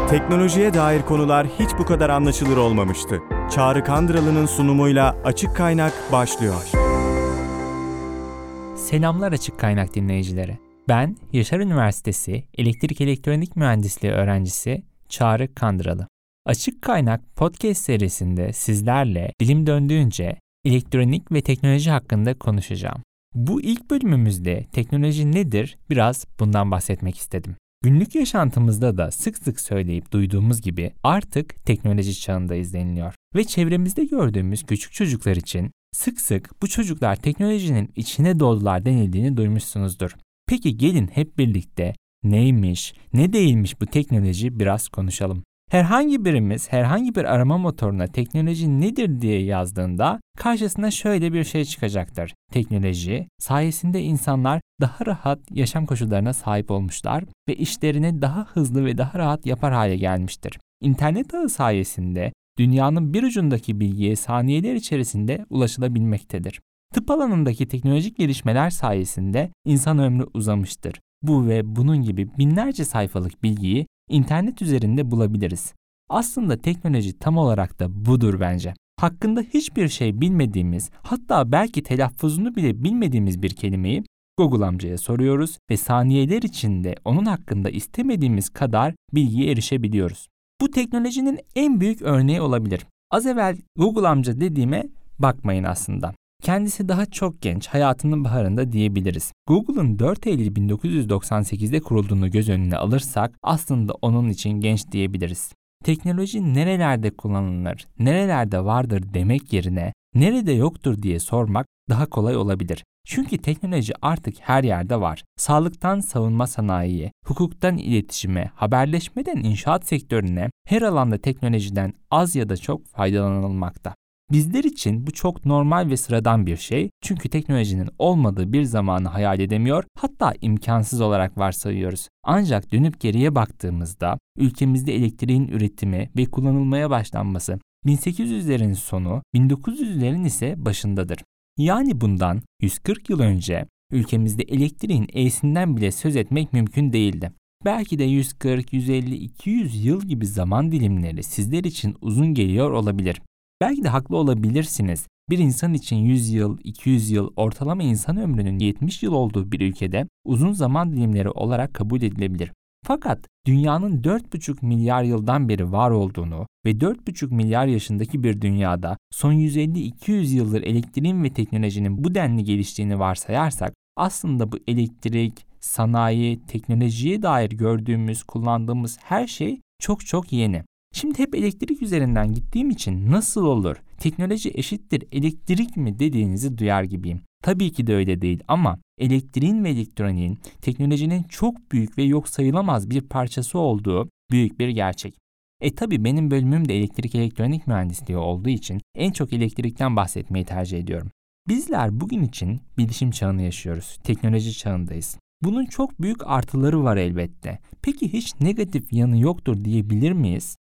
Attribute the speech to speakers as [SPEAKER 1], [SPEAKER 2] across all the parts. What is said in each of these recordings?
[SPEAKER 1] Teknolojiye dair konular hiç bu kadar anlaşılır olmamıştı. Çağrı Kandıralı'nın sunumuyla Açık Kaynak başlıyor.
[SPEAKER 2] Selamlar Açık Kaynak dinleyicileri. Ben Yaşar Üniversitesi Elektrik Elektronik Mühendisliği öğrencisi Çağrı Kandıralı. Açık Kaynak podcast serisinde sizlerle dilim döndüğünce elektronik ve teknoloji hakkında konuşacağım. Bu ilk bölümümüzde teknoloji nedir biraz bundan bahsetmek istedim. Günlük yaşantımızda da sık sık söyleyip duyduğumuz gibi artık teknoloji çağındayız deniliyor. Ve çevremizde gördüğümüz küçük çocuklar için sık sık bu çocuklar teknolojinin içine doğdular denildiğini duymuşsunuzdur. Peki gelin hep birlikte neymiş, ne değilmiş bu teknoloji biraz konuşalım. Herhangi birimiz herhangi bir arama motoruna teknoloji nedir diye yazdığında karşısına şöyle bir şey çıkacaktır. Teknoloji sayesinde insanlar daha rahat yaşam koşullarına sahip olmuşlar ve işlerini daha hızlı ve daha rahat yapar hale gelmiştir. İnternet ağı sayesinde dünyanın bir ucundaki bilgiye saniyeler içerisinde ulaşılabilmektedir. Tıp alanındaki teknolojik gelişmeler sayesinde insan ömrü uzamıştır. Bu ve bunun gibi binlerce sayfalık bilgiyi İnternet üzerinde bulabiliriz. Aslında teknoloji tam olarak da budur bence. Hakkında hiçbir şey bilmediğimiz, hatta belki telaffuzunu bile bilmediğimiz bir kelimeyi Google amcaya soruyoruz ve saniyeler içinde onun hakkında istemediğimiz kadar bilgiye erişebiliyoruz. Bu teknolojinin en büyük örneği olabilir. Az evvel Google amca dediğime bakmayın aslında. Kendisi daha çok genç, hayatının baharında diyebiliriz. Google'ın 4 Eylül 1998'de kurulduğunu göz önüne alırsak aslında onun için genç diyebiliriz. Teknoloji nerelerde kullanılır, nerelerde vardır demek yerine nerede yoktur diye sormak daha kolay olabilir. Çünkü teknoloji artık her yerde var. Sağlıktan savunma sanayiye, hukuktan iletişime, haberleşmeden inşaat sektörüne her alanda teknolojiden az ya da çok faydalanılmakta. Bizler için bu çok normal ve sıradan bir şey çünkü teknolojinin olmadığı bir zamanı hayal edemiyor, hatta imkansız olarak varsayıyoruz. Ancak dönüp geriye baktığımızda ülkemizde elektriğin üretimi ve kullanılmaya başlanması 1800'lerin sonu, 1900'lerin ise başındadır. Yani bundan 140 yıl önce ülkemizde elektriğin E'sinden bile söz etmek mümkün değildi. Belki de 140, 150, 200 yıl gibi zaman dilimleri sizler için uzun geliyor olabilir. Belki de haklı olabilirsiniz. Bir insan için 100 yıl, 200 yıl, ortalama insan ömrünün 70 yıl olduğu bir ülkede uzun zaman dilimleri olarak kabul edilebilir. Fakat dünyanın 4,5 milyar yıldan beri var olduğunu ve 4,5 milyar yaşındaki bir dünyada son 150-200 yıldır elektriğin ve teknolojinin bu denli geliştiğini varsayarsak aslında bu elektrik, sanayi, teknolojiye dair gördüğümüz, kullandığımız her şey çok yeni. Şimdi hep elektrik üzerinden gittiğim için nasıl olur? Teknoloji eşittir elektrik mi dediğinizi duyar gibiyim. Tabii ki de öyle değil ama elektriğin ve elektroniğin teknolojinin çok büyük ve yok sayılamaz bir parçası olduğu büyük bir gerçek. Tabii benim bölümüm de elektrik elektronik mühendisliği olduğu için en çok elektrikten bahsetmeyi tercih ediyorum. Bizler bugün için bilişim çağını yaşıyoruz. Teknoloji çağındayız. Bunun çok büyük artıları var elbette. Peki hiç negatif yanı yoktur diyebilir miyiz?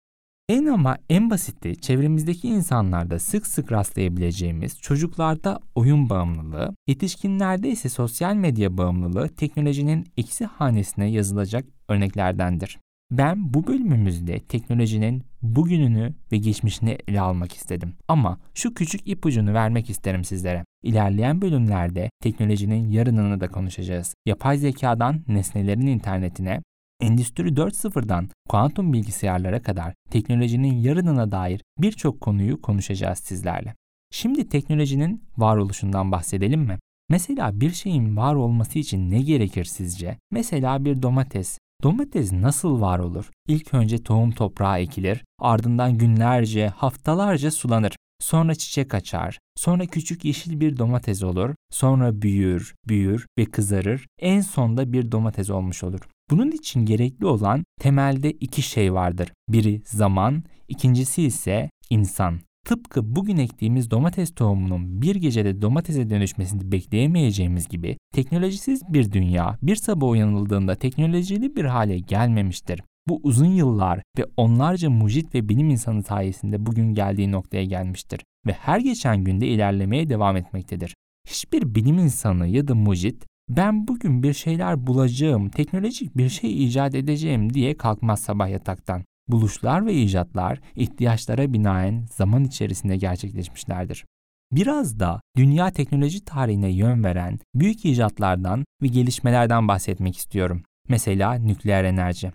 [SPEAKER 2] En basiti çevremizdeki insanlarda sık sık rastlayabileceğimiz çocuklarda oyun bağımlılığı, yetişkinlerde ise sosyal medya bağımlılığı teknolojinin eksi hanesine yazılacak örneklerdendir. Ben bu bölümümüzde teknolojinin bugününü ve geçmişini ele almak istedim. Ama şu küçük ipucunu vermek isterim sizlere. İlerleyen bölümlerde teknolojinin yarınını da konuşacağız. Yapay zekadan nesnelerin internetine, Endüstri 4.0'dan kuantum bilgisayarlara kadar teknolojinin yarınına dair birçok konuyu konuşacağız sizlerle. Şimdi teknolojinin varoluşundan bahsedelim mi? Mesela bir şeyin var olması için ne gerekir sizce? Mesela bir domates. Domates nasıl var olur? İlk önce tohum toprağa ekilir, ardından günlerce, haftalarca sulanır. Sonra çiçek açar, sonra küçük yeşil bir domates olur, sonra büyür ve kızarır, en sonda bir domates olmuş olur. Bunun için gerekli olan temelde iki şey vardır. Biri zaman, ikincisi ise insan. Tıpkı bugün ektiğimiz domates tohumunun bir gecede domatese dönüşmesini bekleyemeyeceğimiz gibi teknolojisiz bir dünya bir sabah uyanıldığında teknolojili bir hale gelmemiştir. Bu uzun yıllar ve onlarca mucit ve bilim insanı sayesinde bugün geldiği noktaya gelmiştir ve her geçen günde ilerlemeye devam etmektedir. Hiçbir bilim insanı ya da mucit ben bugün bir şeyler bulacağım, teknolojik bir şey icat edeceğim diye kalkmaz sabah yataktan. Buluşlar ve icatlar ihtiyaçlara binaen zaman içerisinde gerçekleşmişlerdir. Biraz da dünya teknoloji tarihine yön veren büyük icatlardan ve gelişmelerden bahsetmek istiyorum. Mesela nükleer enerji.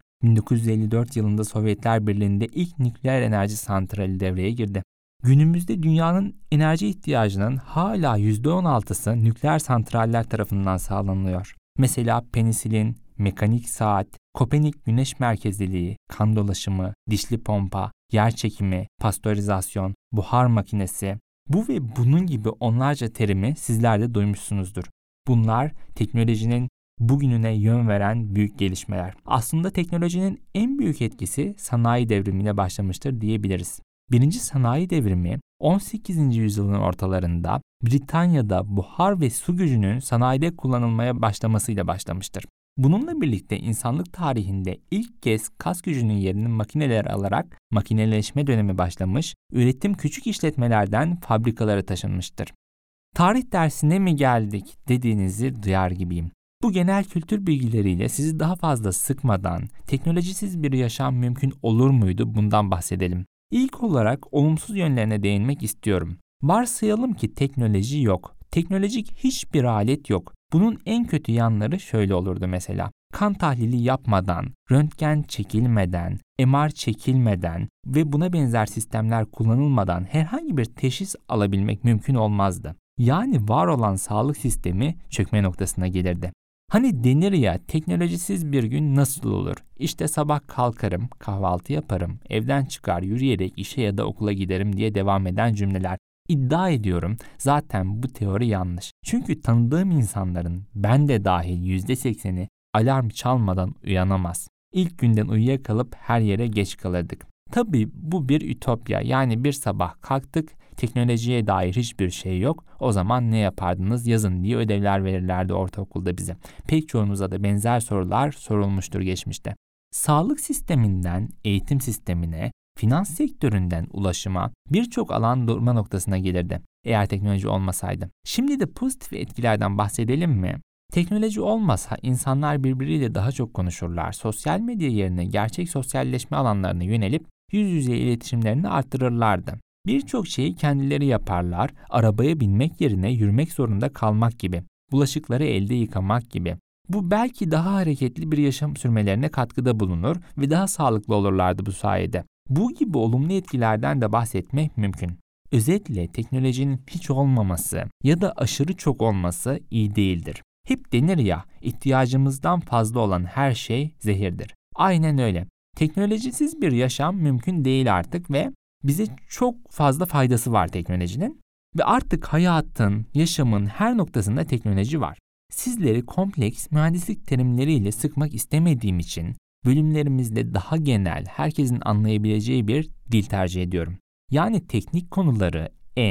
[SPEAKER 2] 1954 yılında Sovyetler Birliği'nde ilk nükleer enerji santrali devreye girdi. Günümüzde dünyanın enerji ihtiyacının hala %16'sı nükleer santraller tarafından sağlanıyor. Mesela penisilin, mekanik saat, Kopernik güneş merkezliliği, kan dolaşımı, dişli pompa, yer çekimi, pastörizasyon, buhar makinesi, bu ve bunun gibi onlarca terimi sizler de duymuşsunuzdur. Bunlar teknolojinin bugününe yön veren büyük gelişmeler. Aslında teknolojinin en büyük etkisi sanayi devrimiyle başlamıştır diyebiliriz. Birinci sanayi devrimi 18. yüzyılın ortalarında Britanya'da buhar ve su gücünün sanayide kullanılmaya başlamasıyla başlamıştır. Bununla birlikte insanlık tarihinde ilk kez kas gücünün yerini makineler alarak makineleşme dönemi başlamış, üretim küçük işletmelerden fabrikalara taşınmıştır. Tarih dersine mi geldik dediğinizi duyar gibiyim. Bu genel kültür bilgileriyle sizi daha fazla sıkmadan teknolojisiz bir yaşam mümkün olur muydu bundan bahsedelim. İlk olarak olumsuz yönlerine değinmek istiyorum. Varsayalım ki teknoloji yok. Teknolojik hiçbir alet yok. Bunun en kötü yanları şöyle olurdu mesela. Kan tahlili yapmadan, röntgen çekilmeden, MR çekilmeden ve buna benzer sistemler kullanılmadan herhangi bir teşhis alabilmek mümkün olmazdı. Yani var olan sağlık sistemi çökme noktasına gelirdi. Hani denir ya, teknolojisiz bir gün nasıl olur? İşte sabah kalkarım, kahvaltı yaparım, evden çıkar yürüyerek işe ya da okula giderim diye devam eden cümleler. İddia ediyorum zaten bu teori yanlış. Çünkü tanıdığım insanların, ben de dahil %80'i alarm çalmadan uyanamaz. İlk günden uyuyakalıp her yere geç kalırdık. Tabii bu bir ütopya, yani bir sabah kalktık, teknolojiye dair hiçbir şey yok. O zaman ne yapardınız yazın diye ödevler verirlerdi ortaokulda bize. Pek çoğunuza da benzer sorular sorulmuştur geçmişte. Sağlık sisteminden eğitim sistemine, finans sektöründen ulaşıma birçok alan durma noktasına gelirdi eğer teknoloji olmasaydı. Şimdi de pozitif etkilerden bahsedelim mi? Teknoloji olmasa insanlar birbiriyle daha çok konuşurlar. Sosyal medya yerine gerçek sosyalleşme alanlarına yönelip yüz yüze iletişimlerini arttırırlardı. Birçok şeyi kendileri yaparlar, arabaya binmek yerine yürümek zorunda kalmak gibi, bulaşıkları elde yıkamak gibi. Bu belki daha hareketli bir yaşam sürmelerine katkıda bulunur ve daha sağlıklı olurlardı bu sayede. Bu gibi olumlu etkilerden de bahsetmek mümkün. Özetle teknolojinin hiç olmaması ya da aşırı çok olması iyi değildir. Hep denir ya, ihtiyacımızdan fazla olan her şey zehirdir. Aynen öyle. Teknolojisiz bir yaşam mümkün değil artık ve bize çok fazla faydası var teknolojinin. Ve artık hayatın, yaşamın her noktasında teknoloji var. Sizleri kompleks mühendislik terimleriyle sıkmak istemediğim için bölümlerimizde daha genel, herkesin anlayabileceği bir dil tercih ediyorum. Yani teknik konuları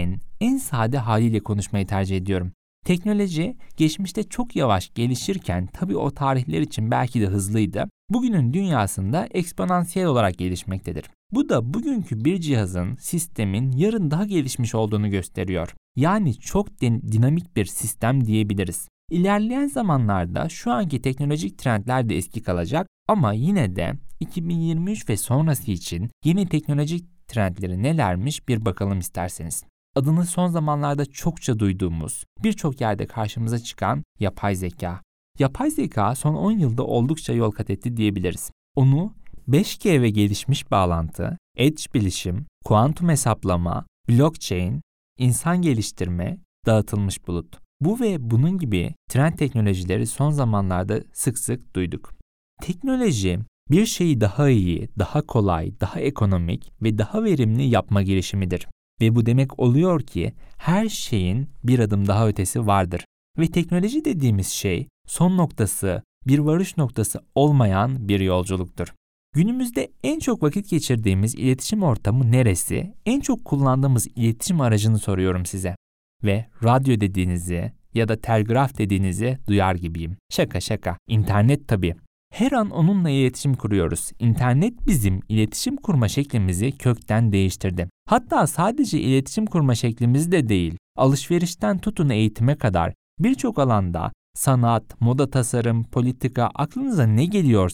[SPEAKER 2] en sade haliyle konuşmayı tercih ediyorum. Teknoloji geçmişte çok yavaş gelişirken tabii o tarihler için belki de hızlıydı. Bugünün dünyasında eksponansiyel olarak gelişmektedir. Bu da bugünkü bir cihazın, sistemin yarın daha gelişmiş olduğunu gösteriyor. Yani çok dinamik bir sistem diyebiliriz. İlerleyen zamanlarda şu anki teknolojik trendler de eski kalacak ama yine de 2023 ve sonrası için yeni teknolojik trendleri nelermiş bir bakalım isterseniz. Adını son zamanlarda çokça duyduğumuz, birçok yerde karşımıza çıkan yapay zeka. Yapay zeka son 10 yılda oldukça yol kat etti diyebiliriz. Onu 5G ve gelişmiş bağlantı, edge bilişim, kuantum hesaplama, blockchain, insan geliştirme, dağıtılmış bulut. Bu ve bunun gibi trend teknolojileri son zamanlarda sık sık duyduk. Teknoloji bir şeyi daha iyi, daha kolay, daha ekonomik ve daha verimli yapma girişimidir. Ve bu demek oluyor ki her şeyin bir adım daha ötesi vardır. Ve teknoloji dediğimiz şey son noktası, bir varış noktası olmayan bir yolculuktur. Günümüzde en çok vakit geçirdiğimiz iletişim ortamı neresi? En çok kullandığımız iletişim aracını soruyorum size. Ve radyo dediğinizi ya da telgraf dediğinizi duyar gibiyim. Şaka. İnternet tabii. Her an onunla iletişim kuruyoruz. İnternet bizim iletişim kurma şeklimizi kökten değiştirdi. Hatta sadece iletişim kurma şeklimizi de değil, alışverişten tutun eğitime kadar birçok alanda sanat, moda tasarım, politika, aklınıza ne geliyorsa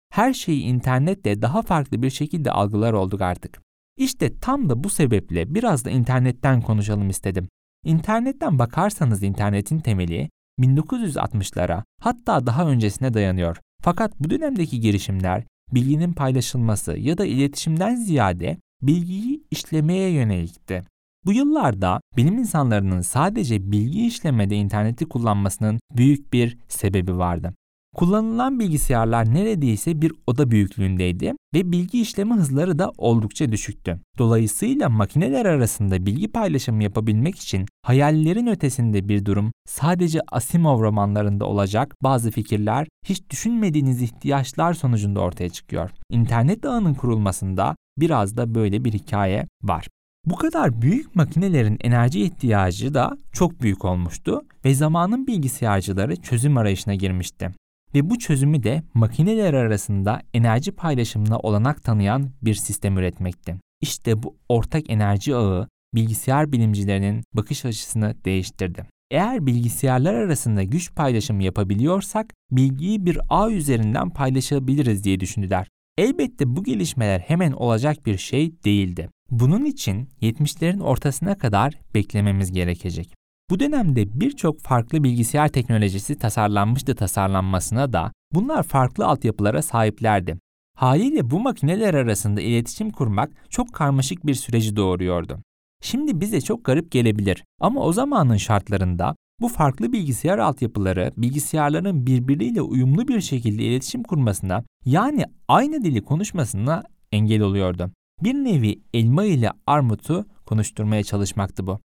[SPEAKER 2] Her şeyi internetle daha farklı bir şekilde algılar olduk artık. İşte tam da bu sebeple biraz da internetten konuşalım istedim. İnternetten bakarsanız internetin temeli 1960'lara hatta daha öncesine dayanıyor. Fakat bu dönemdeki girişimler bilginin paylaşılması ya da iletişimden ziyade bilgiyi işlemeye yönelikti. Bu yıllarda bilim insanlarının sadece bilgi işlemede interneti kullanmasının büyük bir sebebi vardı. Kullanılan bilgisayarlar neredeyse bir oda büyüklüğündeydi ve bilgi işleme hızları da oldukça düşüktü. Dolayısıyla makineler arasında bilgi paylaşımı yapabilmek için hayallerin ötesinde bir durum, sadece Asimov romanlarında olacak bazı fikirler, hiç düşünmediğiniz ihtiyaçlar sonucunda ortaya çıkıyor. İnternet ağının kurulmasında biraz da böyle bir hikaye var. Bu kadar büyük makinelerin enerji ihtiyacı da çok büyük olmuştu ve zamanın bilgisayarcıları çözüm arayışına girmişti. Ve bu çözümü de makineler arasında enerji paylaşımına olanak tanıyan bir sistem üretmekti. İşte bu ortak enerji ağı bilgisayar bilimcilerinin bakış açısını değiştirdi. Eğer bilgisayarlar arasında güç paylaşımı yapabiliyorsak bilgiyi bir ağ üzerinden paylaşabiliriz diye düşündüler. Elbette bu gelişmeler hemen olacak bir şey değildi. Bunun için 70'lerin ortasına kadar beklememiz gerekecek. Bu dönemde birçok farklı bilgisayar teknolojisi tasarlanmasına da bunlar farklı altyapılara sahiplerdi. Haliyle bu makineler arasında iletişim kurmak çok karmaşık bir süreci doğuruyordu. Şimdi bize çok garip gelebilir ama o zamanın şartlarında bu farklı bilgisayar altyapıları bilgisayarların birbiriyle uyumlu bir şekilde iletişim kurmasına, yani aynı dili konuşmasına engel oluyordu. Bir nevi elma ile armutu konuşturmaya çalışmaktı bu.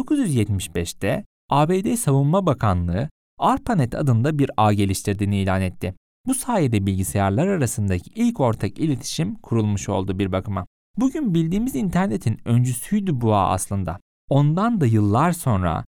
[SPEAKER 2] 1975'te ABD Savunma Bakanlığı ARPANET adında bir ağ geliştirdiğini ilan etti. Bu sayede bilgisayarlar arasındaki ilk ortak iletişim kurulmuş oldu bir bakıma. Bugün bildiğimiz internetin öncüsüydü bu ağ aslında. Ondan da yıllar sonra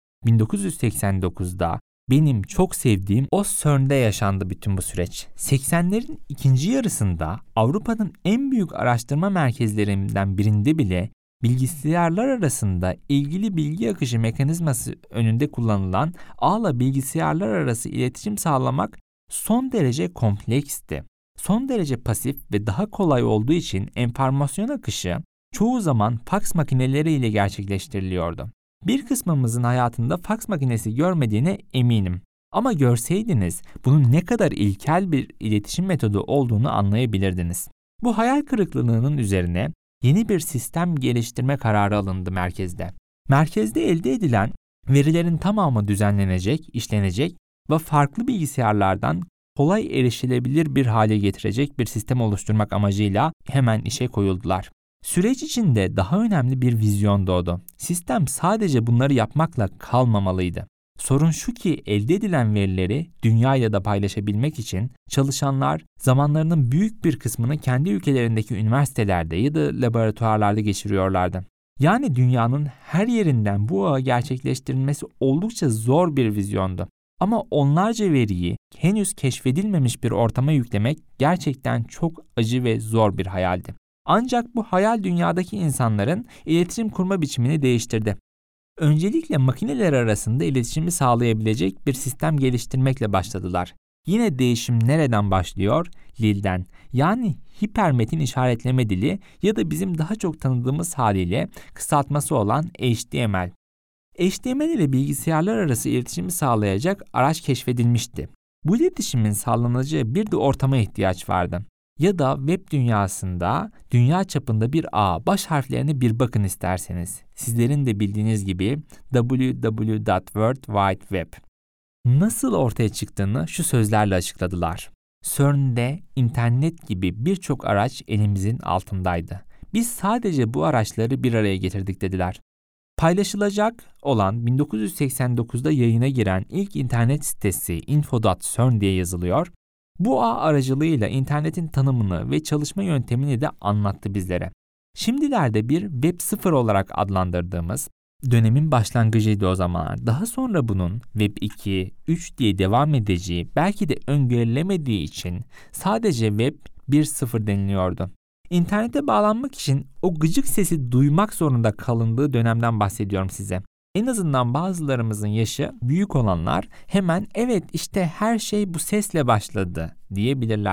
[SPEAKER 2] 1989'da benim çok sevdiğim o CERN'de yaşandı bütün bu süreç. 80'lerin ikinci yarısında Avrupa'nın en büyük araştırma merkezlerinden birinde bile bilgisayarlar arasında ilgili bilgi akışı mekanizması önünde kullanılan ağla bilgisayarlar arası iletişim sağlamak son derece kompleksti. Son derece pasif ve daha kolay olduğu için enformasyon akışı çoğu zaman faks makineleriyle gerçekleştiriliyordu. Bir kısmımızın hayatında faks makinesi görmediğine eminim. Ama görseydiniz bunun ne kadar ilkel bir iletişim metodu olduğunu anlayabilirdiniz. Bu hayal kırıklığının üzerine yeni bir sistem geliştirme kararı alındı merkezde. Merkezde elde edilen verilerin tamamı düzenlenecek, işlenecek ve farklı bilgisayarlardan kolay erişilebilir bir hale getirecek bir sistem oluşturmak amacıyla hemen işe koyuldular. Süreç içinde daha önemli bir vizyon doğdu. Sistem sadece bunları yapmakla kalmamalıydı. Sorun şu ki elde edilen verileri dünyayla da paylaşabilmek için çalışanlar zamanlarının büyük bir kısmını kendi ülkelerindeki üniversitelerde ya da laboratuvarlarda geçiriyorlardı. Yani dünyanın her yerinden bu ağı gerçekleştirilmesi oldukça zor bir vizyondu. Ama onlarca veriyi henüz keşfedilmemiş bir ortama yüklemek gerçekten çok acı ve zor bir hayaldi. Ancak bu hayal dünyadaki insanların iletişim kurma biçimini değiştirdi. Öncelikle makineler arasında iletişimi sağlayabilecek bir sistem geliştirmekle başladılar. Yine değişim nereden başlıyor? Lil'den, yani hipermetin işaretleme dili ya da bizim daha çok tanıdığımız haliyle kısaltması olan HTML. HTML ile bilgisayarlar arası iletişimi sağlayacak araç keşfedilmişti. Bu iletişimin sağlanacağı bir de ortama ihtiyaç vardı. Ya da web dünyasında, dünya çapında bir ağ, baş harflerine bir bakın isterseniz. Sizlerin de bildiğiniz gibi www.world.wide.web. Nasıl ortaya çıktığını şu sözlerle açıkladılar. CERN'de internet gibi birçok araç elimizin altındaydı. Biz sadece bu araçları bir araya getirdik dediler. Paylaşılacak olan 1989'da yayına giren ilk internet sitesi info.cern diye yazılıyor. Bu ağ aracılığıyla internetin tanımını ve çalışma yöntemini de anlattı bizlere. Şimdilerde bir Web 0 olarak adlandırdığımız dönemin başlangıcıydı o zamanlar. Daha sonra bunun Web 2, 3 diye devam edeceği belki de öngörülemediği için sadece Web 1.0 deniliyordu. İnternete bağlanmak için o gıcık sesi duymak zorunda kalındığı dönemden bahsediyorum size. En azından bazılarımızın yaşı büyük olanlar hemen evet işte her şey bu sesle başladı diyebilirler.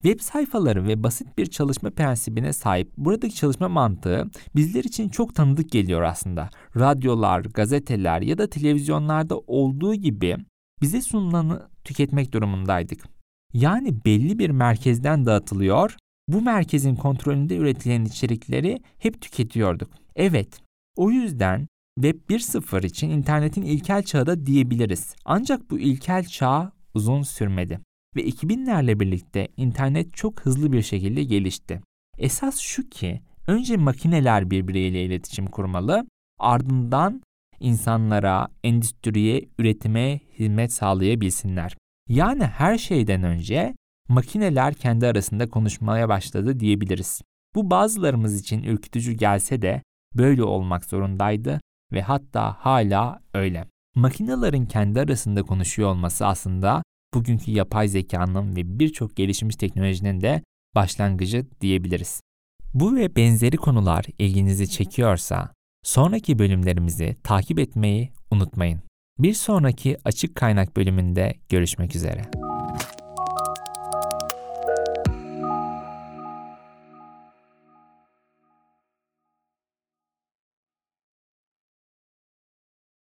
[SPEAKER 2] Web sayfaları ve basit bir çalışma prensibine sahip buradaki çalışma mantığı bizler için çok tanıdık geliyor aslında. Radyolar, gazeteler ya da televizyonlarda olduğu gibi bize sunulanı tüketmek durumundaydık. Yani belli bir merkezden dağıtılıyor, bu merkezin kontrolünde üretilen içerikleri hep tüketiyorduk. Evet, o yüzden Web 1.0 için internetin ilkel çağı da diyebiliriz. Ancak bu ilkel çağ uzun sürmedi ve 2000'lerle birlikte internet çok hızlı bir şekilde gelişti. Esas şu ki, önce makineler birbiriyle iletişim kurmalı, ardından insanlara, endüstriye, üretime hizmet sağlayabilsinler. Yani her şeyden önce makineler kendi arasında konuşmaya başladı diyebiliriz. Bu bazılarımız için ürkütücü gelse de böyle olmak zorundaydı ve hatta hala öyle. Makinelerin kendi arasında konuşuyor olması aslında bugünkü yapay zekanın ve birçok gelişmiş teknolojinin de başlangıcı diyebiliriz. Bu ve benzeri konular ilginizi çekiyorsa sonraki bölümlerimizi takip etmeyi unutmayın. Bir sonraki açık kaynak bölümünde görüşmek üzere.